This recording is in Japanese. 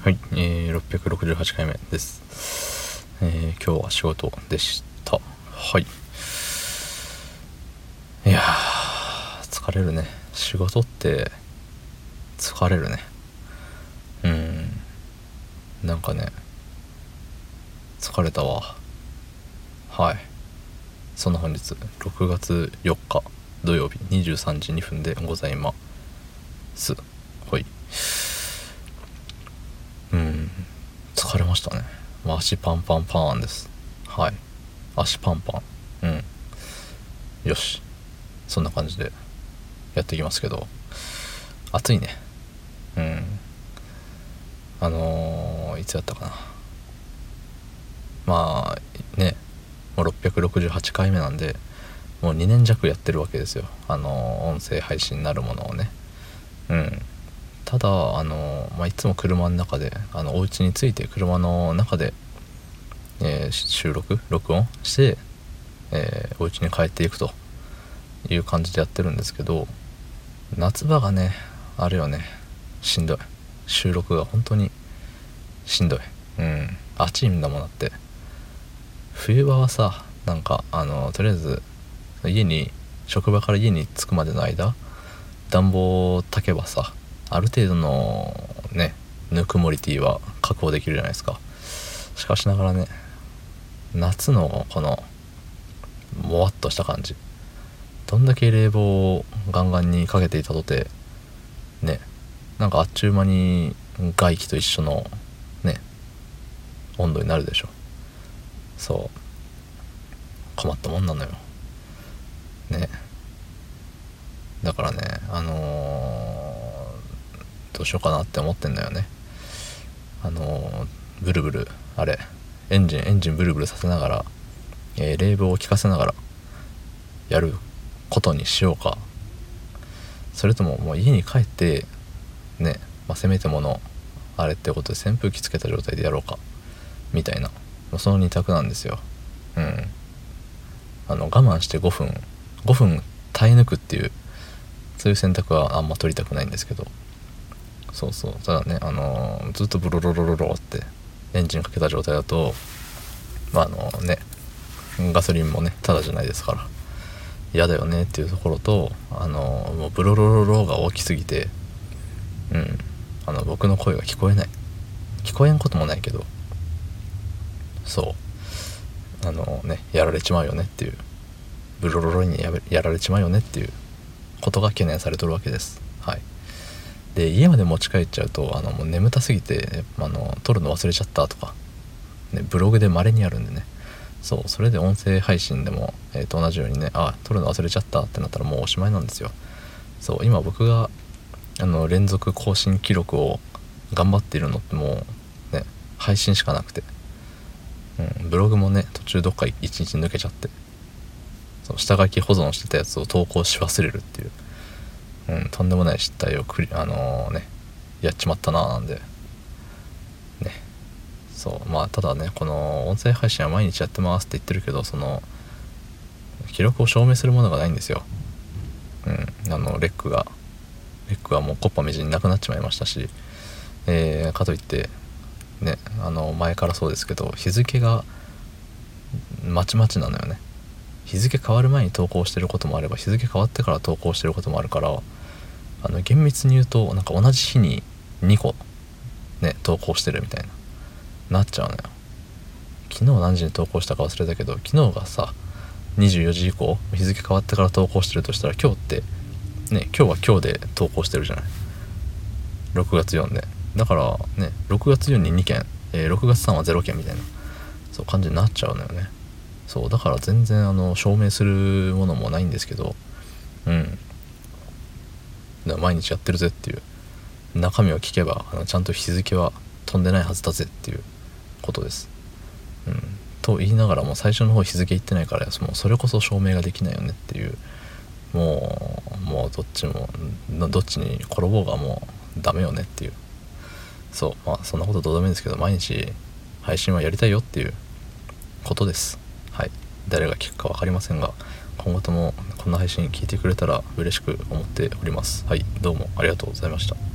はい、668回目です。今日は仕事でした。はい。いやー、疲れるね。仕事って疲れるね。なんかね、疲れたわ。はい。そんな本日6月4日土曜日23時2分でございます。はい。疲れましたね。足パンパンパーンです。はい。足パンパン。よし。そんな感じでやっていきますけど、暑いね。いつやったかな。まあね、もう668回目なんで、もう2年弱やってるわけですよ。音声配信になるものをね。ただいつも車の中でお家に着いて車の中で、録音して、お家に帰っていくという感じでやってるんですけど、夏場がねあれよね、しんどい。収録が本当にしんどい。暑いんだもん。だって冬場はさ、なんかとりあえず職場から家に着くまでの間、暖房を炊けばさ、ある程度のねぬくもりティは確保できるじゃないですか。しかしながらね、夏のこのもわっとした感じ、どんだけ冷房をガンガンにかけていたとてね、なんかあっちゅう間に外気と一緒のね温度になるでしょ。そう困ったもんなのよね。だからね、どうしようかなって思ってんだよね。ブルブルエンジンブルブルさせながら、冷房を効かせながらやることにしようか、それとももう家に帰ってね、せめてものあれってことで扇風機つけた状態でやろうかみたいな、その2択なんですよ。我慢して5分耐え抜くっていう、そういう選択はあんま取りたくないんですけど、ただね、ずっとブロロロロロってエンジンかけた状態だと、ガソリンもねただじゃないですから嫌だよねっていうところと、もうブロロロロが大きすぎて、僕の声が聞こえんこともないけど、やられちまうよねっていう、ブロロロにやられちまうよねっていうことが懸念されてるわけです。はい。で、家まで持ち帰っちゃうともう眠たすぎて撮るの忘れちゃったとか、ね、ブログで稀にあるんでね。それで音声配信でも、同じようにね、撮るの忘れちゃったってなったらもうおしまいなんですよ。今僕が連続更新記録を頑張っているのってもうね配信しかなくて、ブログもね途中どっか一日抜けちゃって、下書き保存してたやつを投稿し忘れるっていう、とんでもない失態をやっちまったな。なんでね、ただね、この音声配信は毎日やってますって言ってるけど、その記録を証明するものがないんですよ。レックがもうコッパみじんになくなっちまいましたし、かといってね、前からそうですけど、日付がまちまちなのよね。日付変わる前に投稿してることもあれば、日付変わってから投稿してることもあるから、厳密に言うとなんか同じ日に2個ね投稿してるみたいなっちゃうのよ。昨日何時に投稿したか忘れたけど、昨日がさ24時以降、日付変わってから投稿してるとしたら、今日ってね、今日は今日で投稿してるじゃない、6月4で。だからね、6月4に2件、6月3は0件みたいな感じになっちゃうのよね。だから全然証明するものもないんですけど、だから毎日やってるぜっていう、中身を聞けばちゃんと日付は飛んでないはずだぜっていうことです。と言いながらも最初の方日付言ってないから、もうそれこそ証明ができないよねっていう、もうどっちに転ぼうがもうダメよねっていう、そんなことどうでもいいんですけど、毎日配信はやりたいよっていうことです。はい。誰が聞くか分かりませんが、今後ともこんな配信聞いてくれたら嬉しく思っております。はい、どうもありがとうございました。